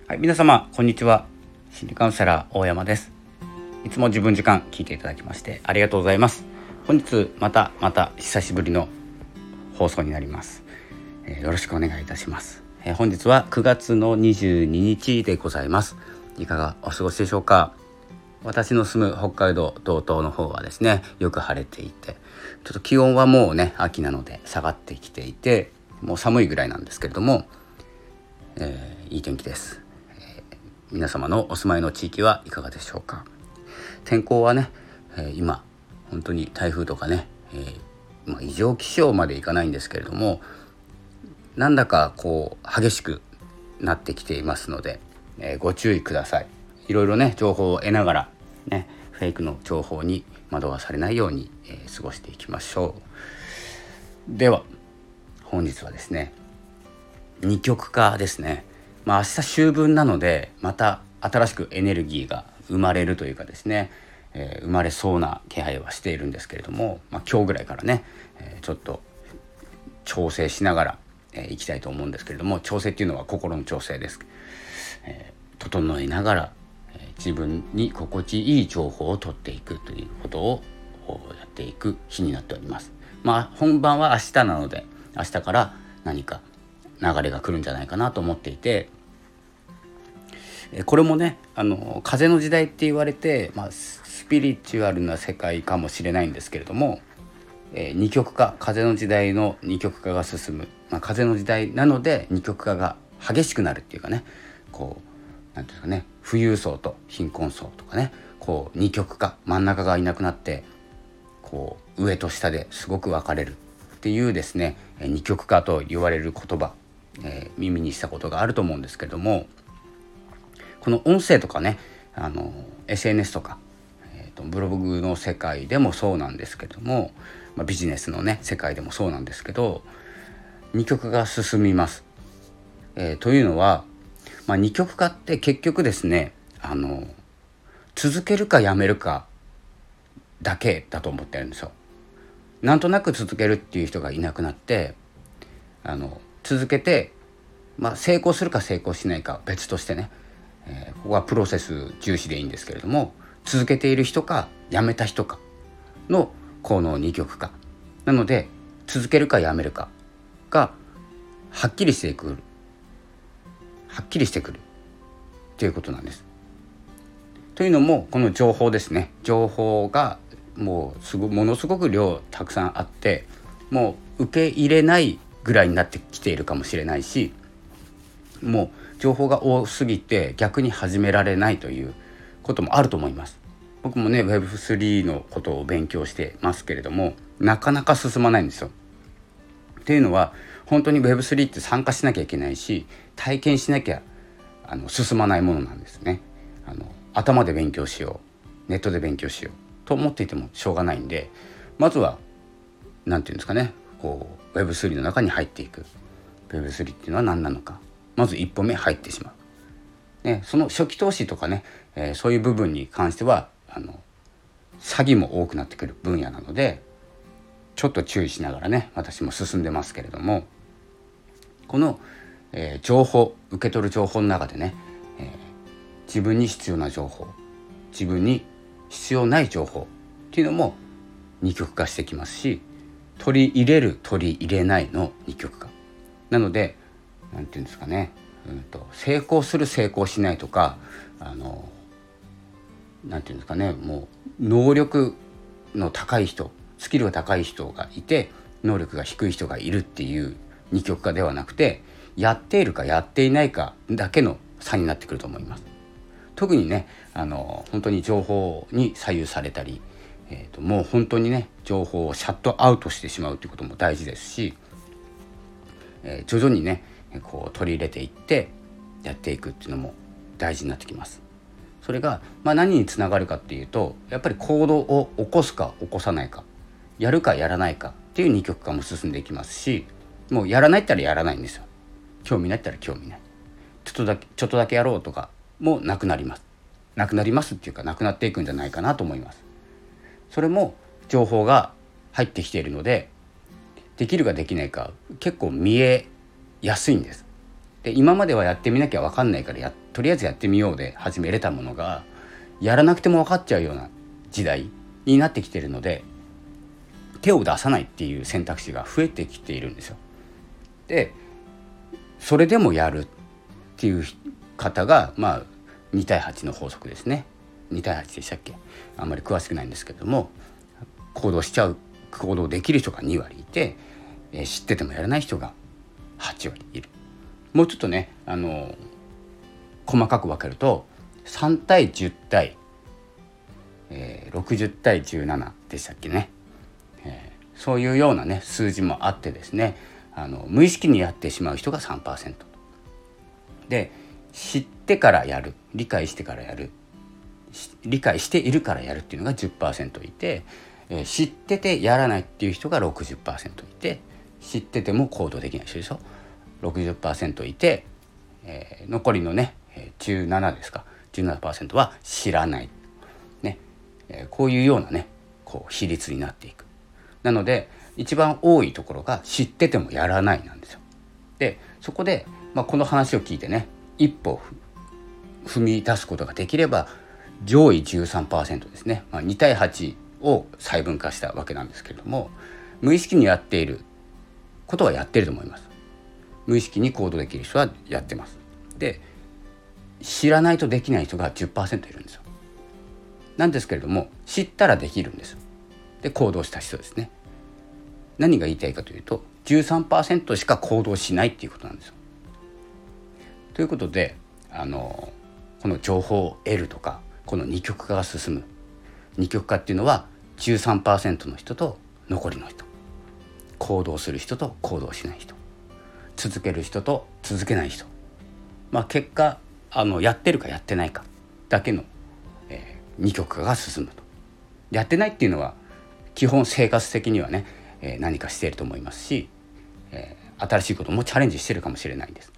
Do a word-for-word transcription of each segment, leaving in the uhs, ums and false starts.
はい、皆様こんにちは。心理カウンセラー大山です。いつも自分時間聞いていただきましてありがとうございます。本日またまた久しぶりの放送になります。えー、よろしくお願いいたします。えー、本日はくがつのにじゅうににちでございます。いかがお過ごしでしょうか。私の住む北海道道東の方はですね、よく晴れていて、ちょっと気温はもうね秋なので下がってきていて、もう寒いぐらいなんですけれども、えー、いい天気です。皆様のお住まいの地域はいかがでしょうか。天候はね、えー、今本当に台風とかね、えーまあ、異常気象までいかないんですけれども、なんだかこう激しくなってきていますので、えー、ご注意ください。いろいろね情報を得ながらね、フェイクの情報に惑わされないように、えー、過ごしていきましょう。では本日はですね、二極化ですね。まあ、明日秋分なのでまた新しくエネルギーが生まれるというかですね、えー、生まれそうな気配はしているんですけれども、まあ、今日ぐらいからね、えー、ちょっと調整しながら、えー、いきたいと思うんですけれども、調整っていうのは心の調整です。えー、整えながら、えー、自分に心地いい情報を取っていくということをやっていく日になっております。まあ本番は明日なので、明日から何か流れが来るんじゃないかなと思っていて、これもね、あの風の時代って言われて、まあ、スピリチュアルな世界かもしれないんですけれども、えー、二極化、風の時代の二極化が進む、まあ、風の時代なので二極化が激しくなるっていうかね、こうなんていうかね、富裕層と貧困層とかね、こう二極化、真ん中がいなくなってこう上と下ですごく分かれるっていうですね、二極化と言われる言葉、えー、耳にしたことがあると思うんですけれども、この音声とかね、あの エスエヌエス とか、えー、とブログの世界でもそうなんですけども、まあ、ビジネスのね世界でもそうなんですけど、二極化が進みます。えー、というのは、まあ、二極化って結局ですね、あの続けるかやめるかだけだと思ってるんですよ。なんとなく続けるっていう人がいなくなって、あの続けて、まあ、成功するか成功しないか別としてね、えー、ここはプロセス重視でいいんですけれども、続けている人かやめた人かのこの二極化なので、続けるかやめるかがはっきりしてくるはっきりしてくるということなんです。というのも、この情報ですね、情報がもうすごものすごく量たくさんあって、もう受け入れないぐらいになってきているかもしれないし、もう情報が多すぎて逆に始められないということもあると思います。僕もね ウェブスリー のことを勉強してますけれども、なかなか進まないんですよ。っていうのは、本当に ウェブスリー って参加しなきゃいけないし、体験しなきゃあの進まないものなんですね。あの頭で勉強しよう、ネットで勉強しようと思っていてもしょうがないんで、まずはなんていうんですかね、こう ウェブスリー の中に入っていく。 ウェブスリー っていうのは何なのか、まず一歩目入ってしまう、ね、その初期投資とかね、えー、そういう部分に関してはあの詐欺も多くなってくる分野なので、ちょっと注意しながらね私も進んでますけれども、この、えー、情報、受け取る情報の中でね、えー、自分に必要な情報、自分に必要ない情報っていうのも二極化してきますし、取り入れる取り入れないの二極化なので、なんていうんですかね、うんと成功する成功しないとか、あのなんていうんですかね、もう能力の高い人、スキルが高い人がいて能力が低い人がいるっていう二極化ではなくて、やっているかやっていないかだけの差になってくると思います。特にね、あの本当に情報に左右されたり、えーと、もう本当にね情報をシャットアウトしてしまうということも大事ですし、えー、徐々にねこう取り入れていってやっていくっていうのも大事になってきます。それが、まあ、何につながるかっていうと、やっぱり行動を起こすか起こさないか、やるかやらないかっていう二極化も進んでいきますし、もうやらないったらやらないんですよ。興味ないったら興味ない、ちょっとだけちょっとだけやろうとかもなくなります。なくなりますっていうか、なくなっていくんじゃないかなと思います。それも情報が入ってきているので、できるかできないか結構見えやすいんです。 で今まではやってみなきゃ分かんないからやとりあえずやってみようで始めれたものがやらなくても分かっちゃうような時代になってきているので、手を出さないっていう選択肢が増えてきているんですよ。でそれでもやるっていう方がまあに対はちの法則ですね。に対はちでしたっけ、あんまり詳しくないんですけれども、行動しちゃう行動できる人がに割いて、えー、知っててもやらない人がはち割いる。もうちょっとねあの細かく分けるとさん対じゅう対、えー、ろくじゅう対じゅうななでしたっけね、えー、そういうようなね数字もあってですね、あの無意識にやってしまう人が さんパーセント で、知ってからやる、理解してからやる、理解しているからやるっていうのが じゅっパーセント いて、えー、知っててやらないっていう人が ろくじゅっパーセント いて、知ってても行動できない人でしょ ろくじゅっパーセント いて、えー、残りのねじゅうななですか じゅうななパーセント は知らない、ねえー、こういうようなねこう比率になっていく。なので一番多いところが知っててもやらないなんですよ。でそこで、まあ、この話を聞いてね一歩踏み出すことができれば上位 じゅうさんパーセント ですね、まあ、に対はちを細分化したわけなんですけれども、無意識にやっていることはやってると思います。無意識に行動できる人はやってます。で知らないとできない人が じゅっパーセント いるんですよ。なんですけれども知ったらできるんです。で行動した人ですね。何が言いたいかというと じゅうさんパーセント しか行動しないっていうことなんですよ。ということであのこの情報を得るとかこの二極化が進む。二極化っていうのは じゅうさんパーセント の人と残りの人、行動する人と行動しない人、続ける人と続けない人、まあ結果あのやってるかやってないかだけの、えー、二極化が進むと。やってないっていうのは基本生活的にはね、えー、何かしていると思いますし、えー、新しいこともチャレンジしてるかもしれないんです。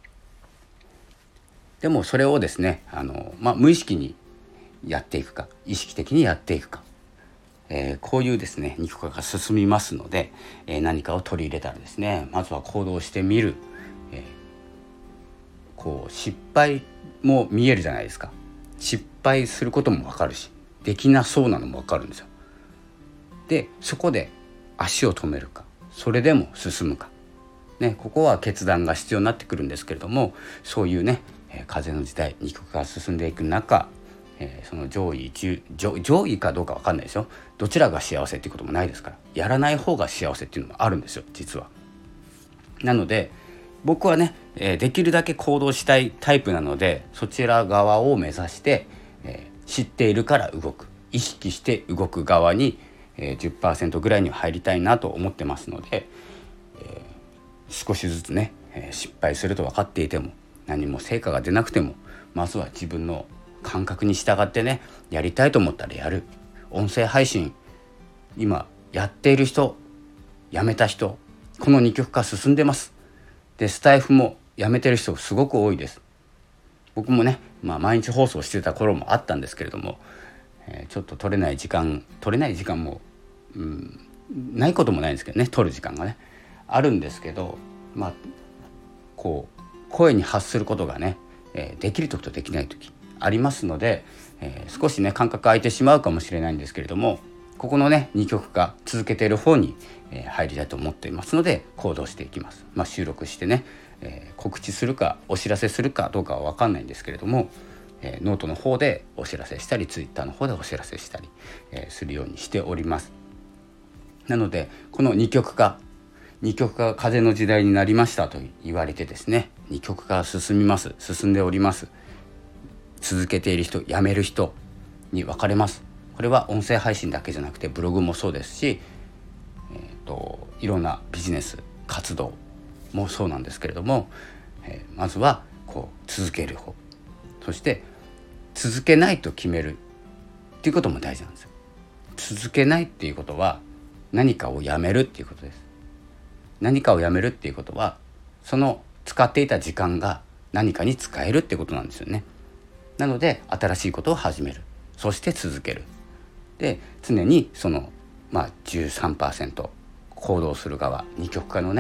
でもそれをですねあの、まあ、無意識にやっていくか意識的にやっていくか、えー、こういうですね二極化が進みますので、えー、何かを取り入れたらですねまずは行動してみる、えー、こう失敗も見えるじゃないですか。失敗することも分かるしできなそうなのも分かるんですよ。でそこで足を止めるかそれでも進むか、ね、ここは決断が必要になってくるんですけれども、そういうね風の時代二極化が進んでいく中、えー、その上位中 上, 上位かどうか分かんないですよ。どちらが幸せっていうこともないですから、やらない方が幸せっていうのもあるんですよ実は。なので僕はね、えー、できるだけ行動したいタイプなのでそちら側を目指して、えー、知っているから動く、意識して動く側に、えー、じゅっパーセント ぐらいには入りたいなと思ってますので、えー、少しずつね、えー、失敗すると分かっていても何も成果が出なくてもまずは自分の感覚に従ってねやりたいと思ったらやる。音声配信今やっている人やめた人この二極化進んでます。でスタイフもやめてる人すごく多いです。僕もね、まあ、毎日放送してた頃もあったんですけれども、えー、ちょっと取れない時間取れない時間も、うん、ないこともないんですけどね、取る時間がねあるんですけど、まあこう声に発することがね、えー、できる時とできない時ありますので、えー、少しね感覚空いてしまうかもしれないんですけれども、ここのね二極化続けている方に、えー、入りたいと思っていますので行動していきます。まあ、収録してね、えー、告知するかお知らせするかどうかは分かんないんですけれども、えー、ノートの方でお知らせしたりツイッターの方でお知らせしたり、えー、するようにしております。なのでこの二極化二極化が風の時代になりましたと言われてですね、二極化が進みます進んでおります。続けている人やめる人に分かれます。これは音声配信だけじゃなくてブログもそうですし、えーと、いろんなビジネス活動もそうなんですけれども、えー、まずはこう続ける方、そして続けないと決めるっていうことも大事なんですよ。続けないっていうことは何かをやめるっていうことです。何かをやめるっていうことはその使っていた時間が何かに使えるってことなんですよね。なので新しいことを始める、そして続ける。で常にその、まあ、じゅうさんパーセント 行動する側二極化のね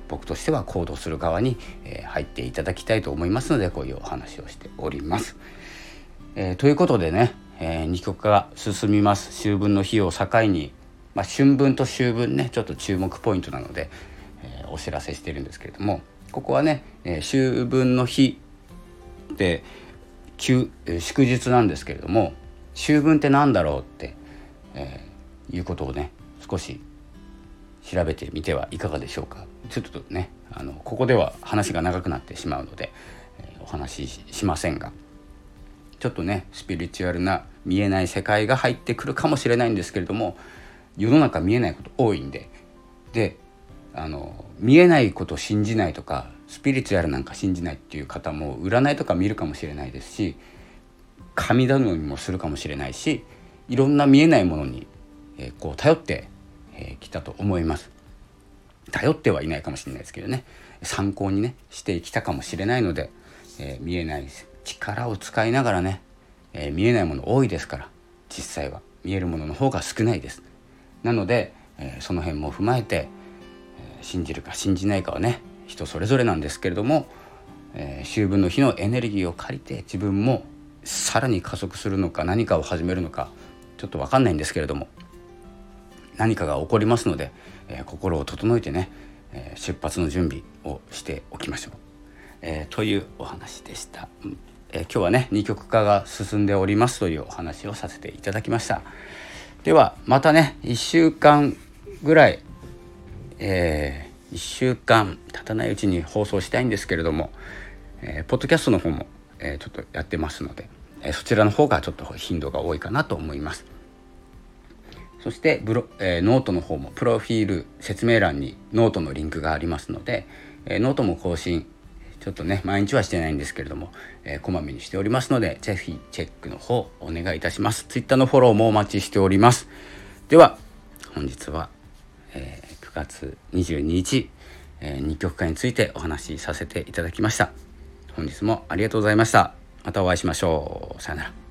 僕としては行動する側に、えー、入っていただきたいと思いますので、こういうお話をしております。えー、ということでね、えー、二極化が進みます。秋分の日を境に、まあ、春分と秋分ね、ちょっと注目ポイントなので、えー、お知らせしてるんですけれども、ここはね、えー、秋分の日で休、えー、祝日なんですけれども、秋分ってなんだろうって、えー、いうことをね少し調べてみてはいかがでしょうか。ちょっとねあのここでは話が長くなってしまうので、えー、お話ししませんが、ちょっとねスピリチュアルな見えない世界が入ってくるかもしれないんですけれども、世の中見えないこと多いんでであの見えないことを信じないとか、スピリチュアルなんか信じないっていう方も占いとか見るかもしれないですし、神頼みもするかもしれないし、いろんな見えないものに、えー、こう頼ってき、えー、たと思います。頼ってはいないかもしれないですけどね、参考にねしてきたかもしれないので、えー、見えない力を使いながらね、えー、見えないもの多いですから、実際は見えるものの方が少ないです。なので、えー、その辺も踏まえて、えー、信じるか信じないかはね人それぞれなんですけれども、えー、秋分の日のエネルギーを借りて自分もさらに加速するのか何かを始めるのかちょっと分かんないんですけれども、何かが起こりますので、えー、心を整えてね、えー、出発の準備をしておきましょう、えー、というお話でした。えー、今日はね二極化が進んでおりますというお話をさせていただきました。ではまたねいっしゅうかんぐらい、えー、いっしゅうかん経たないうちに放送したいんですけれども、えー、ポッドキャストの方も、えー、ちょっとやってますので、えー、そちらの方がちょっと頻度が多いかなと思います。そしてブロ、えー、ノートの方もプロフィール説明欄にノートのリンクがありますので、えー、ノートも更新ちょっとね毎日はしてないんですけれども、えー、こまめにしておりますので、ぜひチェックの方お願いいたします。ツイッターのフォローもお待ちしております。では本日は、えー、くがつにじゅうににち、えー、二極化についてお話しさせていただきました。本日もありがとうございました。またお会いしましょう。さよなら。